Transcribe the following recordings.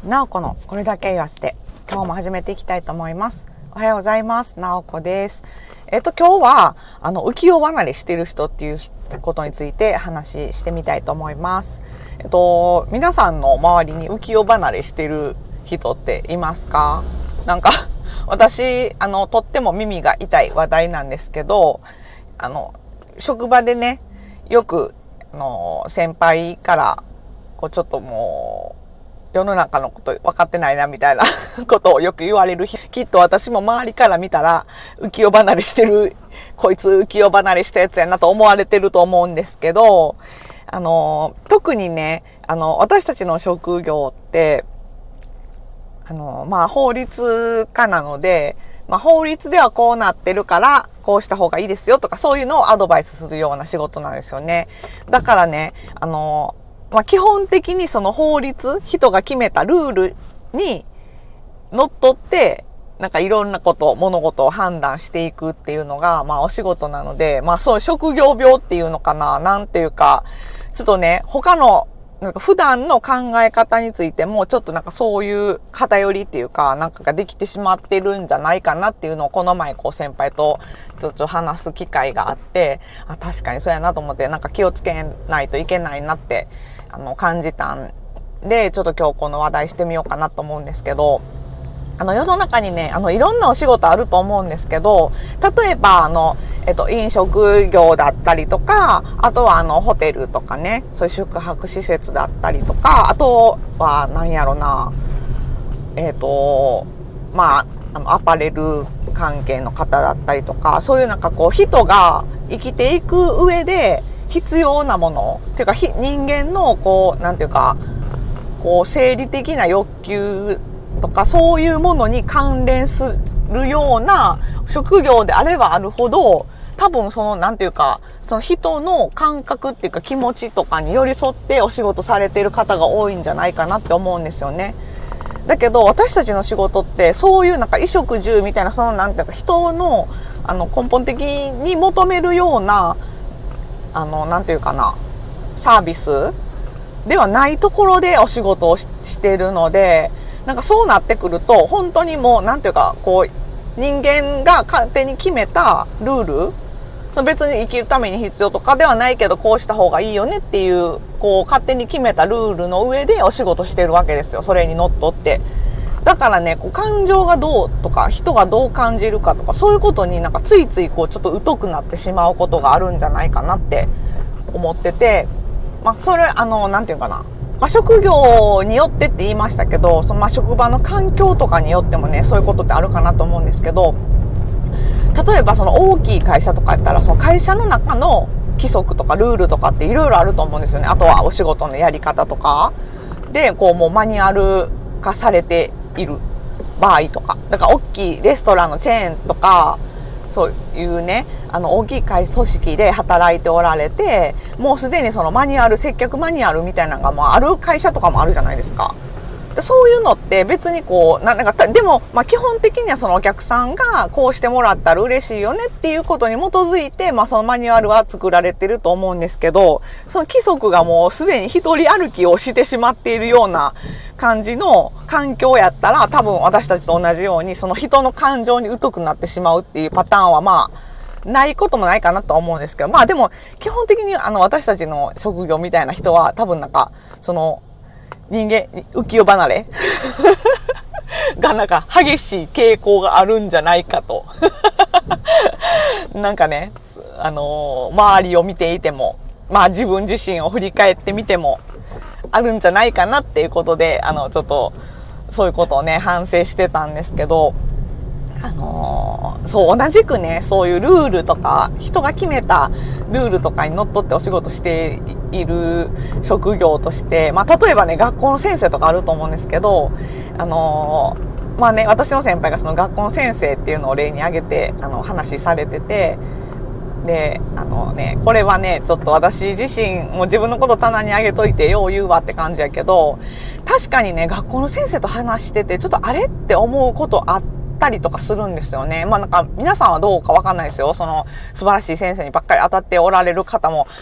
なおこのこれだけ言わせて今日も始めていきたいと思います。おはようございます。なおこです。今日は浮世離れしてる人っていうことについて話してみたいと思います。皆さんの周りに浮世離れしてる人っていますか？なんか私とっても耳が痛い話題なんですけど、職場でねよく先輩からちょっともう世の中のこと分かってないなみたいなことをよく言われる。きっと私も周りから見たら浮世離れしてる、こいつ浮世離れしたやつやなと思われてると思うんですけど、特にね、私たちの職業って、法律家なので、法律ではこうなってるからこうした方がいいですよとかそういうのをアドバイスするような仕事なんですよね。だからね、基本的にその法律、人が決めたルールにのっとって、いろんなこと、物事を判断していくっていうのが、お仕事なので、そういう職業病っていうのかな、なんていうか、ちょっとね、他の、普段の考え方についても、ちょっとそういう偏りっていうか、ができてしまってるんじゃないかなっていうのを、この前先輩とちょっと話す機会があって、確かにそうやなと思って、気をつけないといけないなって、感じたんで、ちょっと今日この話題してみようかなと思うんですけど、世の中にね、いろんなお仕事あると思うんですけど、例えば、飲食業だったりとか、あとはホテルとかね、そういう宿泊施設だったりとか、あとは、アパレル関係の方だったりとか、そういう人が生きていく上で必要なもの、っていうか、人間の生理的な欲求とかそういうものに関連するような職業であればあるほど、多分その人の感覚っていうか気持ちとかに寄り添ってお仕事されている方が多いんじゃないかなって思うんですよね。だけど私たちの仕事ってそういう衣食住みたいな人の根本的に求めるようなサービスではないところでお仕事をしているので、そうなってくると本当にもう人間が勝手に決めたルール、別に生きるために必要とかではないけどこうした方がいいよねっていう勝手に決めたルールの上でお仕事してるわけですよ。それにのっとって。だからね、感情がどうとか人がどう感じるかとかそういうことについついちょっと疎くなってしまうことがあるんじゃないかなって思ってて、それ職業によってって言いましたけど、職場の環境とかによってもね、そういうことってあるかなと思うんですけど、例えば大きい会社とかやったら、会社の中の規則とかルールとかっていろいろあると思うんですよね。あとはお仕事のやり方とかで、もうマニュアル化されている場合とか、だから大きいレストランのチェーンとか、そういうね、大きい組織で働いておられて、もうすでにマニュアル、接客マニュアルみたいなのがある会社とかもあるじゃないですか。でそういうのって別にでも、基本的にはお客さんがこうしてもらったら嬉しいよねっていうことに基づいて、そのマニュアルは作られてると思うんですけど、その規則がもうすでに一人歩きをしてしまっているような感じの環境やったら、多分私たちと同じようにその人の感情に疎くなってしまうっていうパターンはないこともないかなとは思うんですけど、でも基本的に私たちの職業みたいな人は多分人間、浮世離れが激しい傾向があるんじゃないかと周りを見ていても、自分自身を振り返ってみてもあるんじゃないかなっていうことで、ちょっとそういうことをね反省してたんですけど、同じくね、そういうルールとか人が決めたルールとかにのっとってお仕事している職業として、例えばね、学校の先生とかあると思うんですけど、私の先輩がその学校の先生っていうのを例に挙げて話されてて、でこれはねちょっと私自身も自分のこと棚に上げといてよう言うわって感じやけど、確かにね学校の先生と話しててちょっとあれって思うことあったりとかするんですよね。皆さんはどうかわかんないですよ。素晴らしい先生にばっかり当たっておられる方も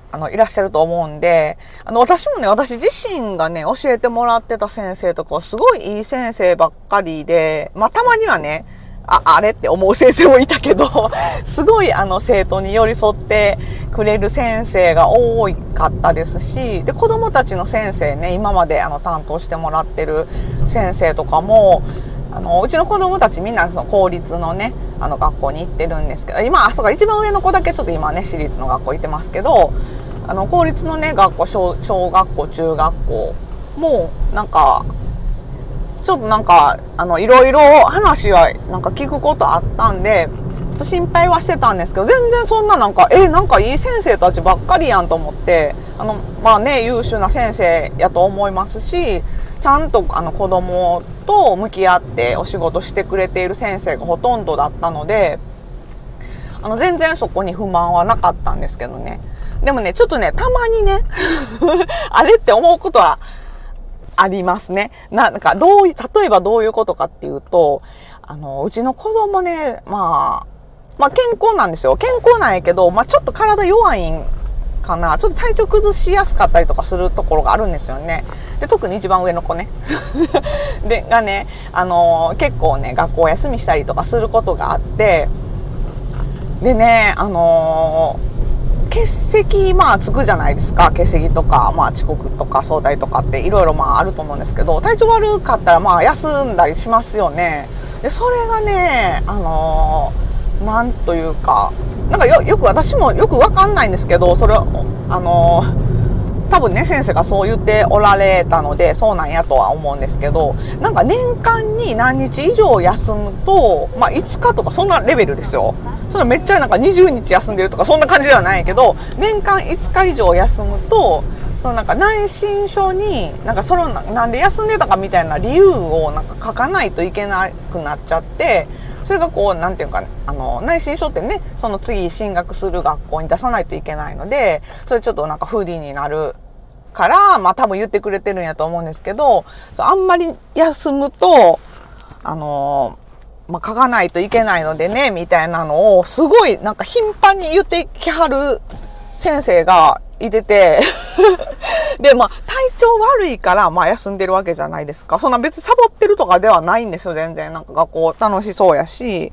いらっしゃると思うんで、私もね、私自身がね、教えてもらってた先生とか、すごいいい先生ばっかりで、まあ、たまにはね、あれって思う先生もいたけど、すごい生徒に寄り添ってくれる先生が多かったですし、で、子供たちの先生ね、今まで担当してもらってる先生とかも、うちの子供たちみんなその公立のね、学校に行ってるんですけど、今、そうか、一番上の子だけちょっと今ね、私立の学校行ってますけど、公立のね、学校、小学校、中学校も、なんか、ちょっとなんか、いろいろ話はなんか聞くことあったんで、ちょっと心配はしてたんですけど、全然そんななんか、なんかいい先生たちばっかりやんと思って、まあね、優秀な先生やと思いますし、ちゃんと子供と向き合ってお仕事してくれている先生がほとんどだったので、全然そこに不満はなかったんですけどね。でもね、ちょっとね、たまにね、あれって思うことは、ありますね。なんか、例えばどういうことかっていうと、うちの子供ね、まあ健康なんですよ。健康なんやけど、まあちょっと体弱いんかな。ちょっと体調崩しやすかったりとかするところがあるんですよね。で、特に一番上の子ね。がね、結構ね、学校休みしたりとかすることがあって、でね、欠席、まあつくじゃないですか。欠席とか、まあ遅刻とか早退とかっていろいろまああると思うんですけど、体調悪かったらまあ休んだりしますよね。で、それがね、なんというか、なんかよく私もよくわかんないんですけど、それを、多分ね、先生がそう言っておられたので、そうなんやとは思うんですけど、なんか年間に何日以上休むと、まあ5日とかそんなレベルですよ。それめっちゃなんか20日休んでるとかそんな感じではないけど、年間5日以上休むと、そのなんか内申書に、なんかそれをなんで休んでたかみたいな理由をなんか書かないといけなくなっちゃって、それがこう、なんていうか、内申書ってね、その次進学する学校に出さないといけないので、それちょっとなんか不利になるから、まあ多分言ってくれてるんやと思うんですけど、あんまり休むと、まあ書かないといけないのでね、みたいなのを、すごいなんか頻繁に言ってきはる先生がいてて、で、まあ体調悪いから、まあ休んでるわけじゃないですか。そんな別にサボってるとかではないんですよ、全然。なんか学校楽しそうやし。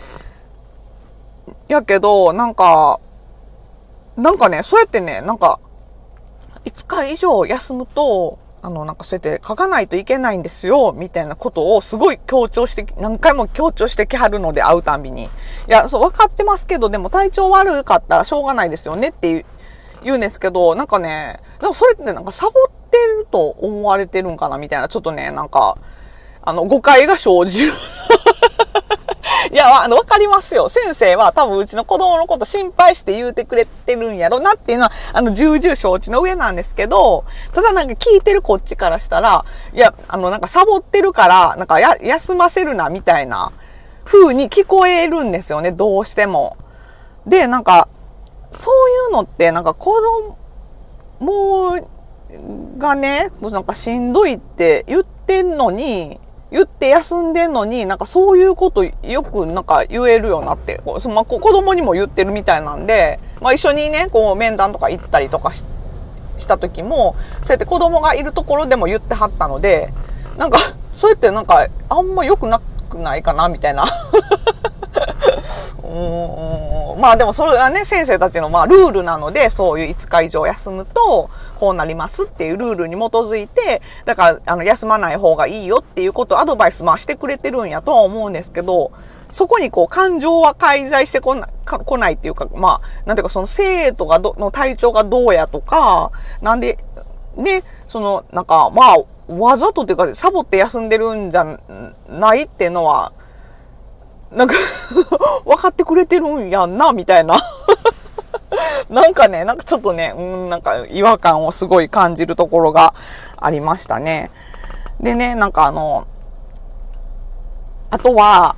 やけど、なんかね、そうやってね、なんか、5日以上休むと、なんかそうやって書かないといけないんですよ、みたいなことをすごい強調して、何回も強調してきはるので、会うたんびに。いや、そう、分かってますけど、でも体調悪かったらしょうがないですよねって言うんですけど、なんかね、なんかそれってなんかサボってると思われてるんかなみたいな、ちょっとね、なんか、誤解が生じる。いや、わかりますよ。先生は多分うちの子供のこと心配して言うてくれてるんやろなっていうのは、重々承知の上なんですけど、ただなんか聞いてるこっちからしたら、いや、なんかサボってるから、なんか休ませるなみたいな風に聞こえるんですよね、どうしても。で、なんか、そういうのって、なんか子供がね、なんかしんどいって言ってんのに、言って休んでんのに、なんかそういうことよくなんか言えるよなって、子供にも言ってるみたいなんで、まあ一緒にね、こう面談とか行ったりとかした時も、そうやって子供がいるところでも言ってはったので、なんか、そうやってなんか、あんま良くなくないかなみたいな。まあでもそれはね、先生たちのまあルールなので、そういう5日以上休むと、こうなりますっていうルールに基づいて、だから休まない方がいいよっていうことをアドバイスまあしてくれてるんやとは思うんですけど、そこにこう感情は介在してこないっていうか、まあ、なんていうかその生徒の体調がどうやとか、なんで、ね、なんかまあ、わざとっていうかサボって休んでるんじゃないっていうのは、なんか分かってくれてるんやんな、みたいな。なんかね、なんかちょっとね、なんか違和感をすごい感じるところがありましたね。でね、なんかあとは、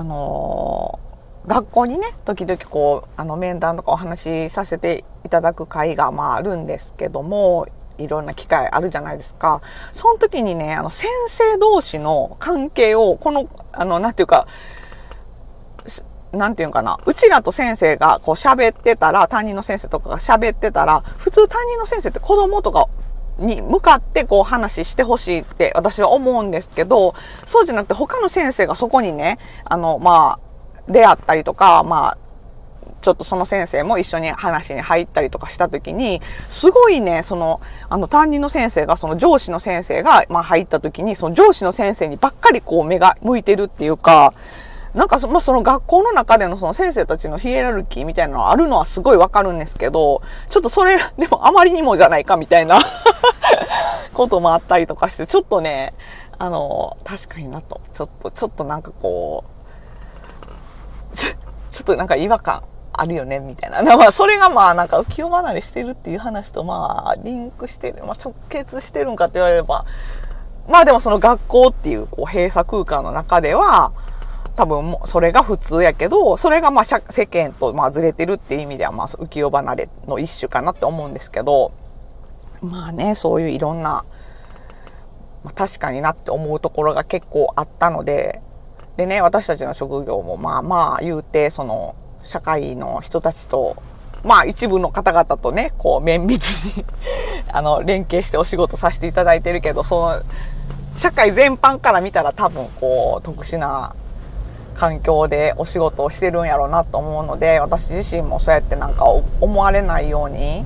学校にね、時々こう、面談とかお話しさせていただく会が、まああるんですけども、いろんな機会あるじゃないですか。その時にね、先生同士の関係を、なんていうか、 なんていうかな、うちらと先生がこう喋ってたら、担任の先生とかが喋ってたら、普通担任の先生って子供とかに向かってこう話してほしいって私は思うんですけど、そうじゃなくて他の先生がそこにね、まあ、出会ったりとか、まあ、ちょっとその先生も一緒に話に入ったりとかしたときに、すごいね、担任の先生が、その上司の先生が、まあ入ったときに、その上司の先生にばっかりこう目が向いてるっていうか、なんかまあ、その学校の中でのその先生たちのヒエラルキーみたいなのがあるのはすごいわかるんですけど、ちょっとそれ、でもあまりにもじゃないかみたいなこともあったりとかして、ちょっとね、確かになと、ちょっとなんかこう、ちょっとなんか違和感あるよね、みたいな。まあ、それがまあ、なんか浮世離れしてるっていう話とまあ、リンクしてる、まあ、直結してるんかって言われれば、まあでもその学校っていうこう閉鎖空間の中では、多分もうそれが普通やけど、それがまあ世間とまあずれてるっていう意味ではまあ浮世離れの一種かなって思うんですけど、まあね、そういういろんな、まあ、確かになって思うところが結構あったので、でね、私たちの職業もまあまあ言うて、その社会の人たちと、まあ一部の方々とね、こう綿密に連携してお仕事させていただいてるけど、その社会全般から見たら多分こう特殊な環境でお仕事をしてるんやろうなと思うので、私自身もそうやってなんか思われないように、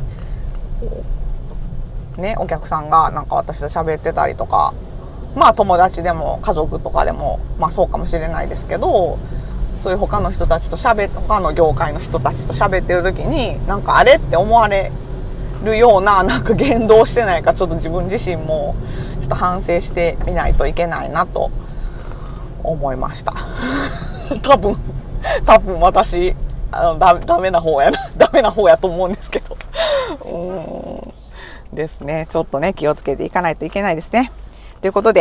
ね、お客さんがなんか私と喋ってたりとか、まあ友達でも家族とかでも、まあそうかもしれないですけど、そういう他の人たちと他の業界の人たちと喋ってる時に、なんかあれって思われるような、なんか言動してないか、ちょっと自分自身もちょっと反省してみないといけないなと思いました。多分私、ダメな方やと思うんですけど。ですね。ちょっとね、気をつけていかないといけないですね。ということで、